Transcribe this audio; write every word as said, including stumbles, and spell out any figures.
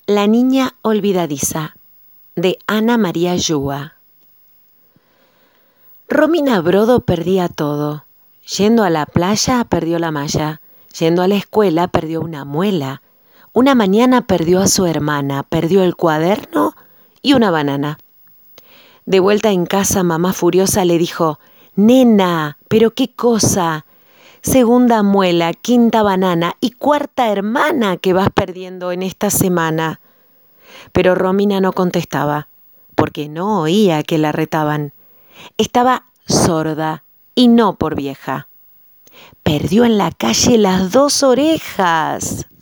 La niña olvidadiza, de Ana María Yúa. Romina Brodo perdía todo. Yendo a la playa perdió la malla, yendo a la escuela perdió una muela. Una mañana perdió a su hermana, perdió el cuaderno y una banana. De vuelta en casa, mamá furiosa le dijo: «Nena, ¿pero qué cosa? Segunda muela, quinta banana y cuarta hermana que vas perdiendo en esta semana». Pero Romina no contestaba, porque no oía que la retaban. Estaba sorda y no por vieja. Perdió en la calle las dos orejas.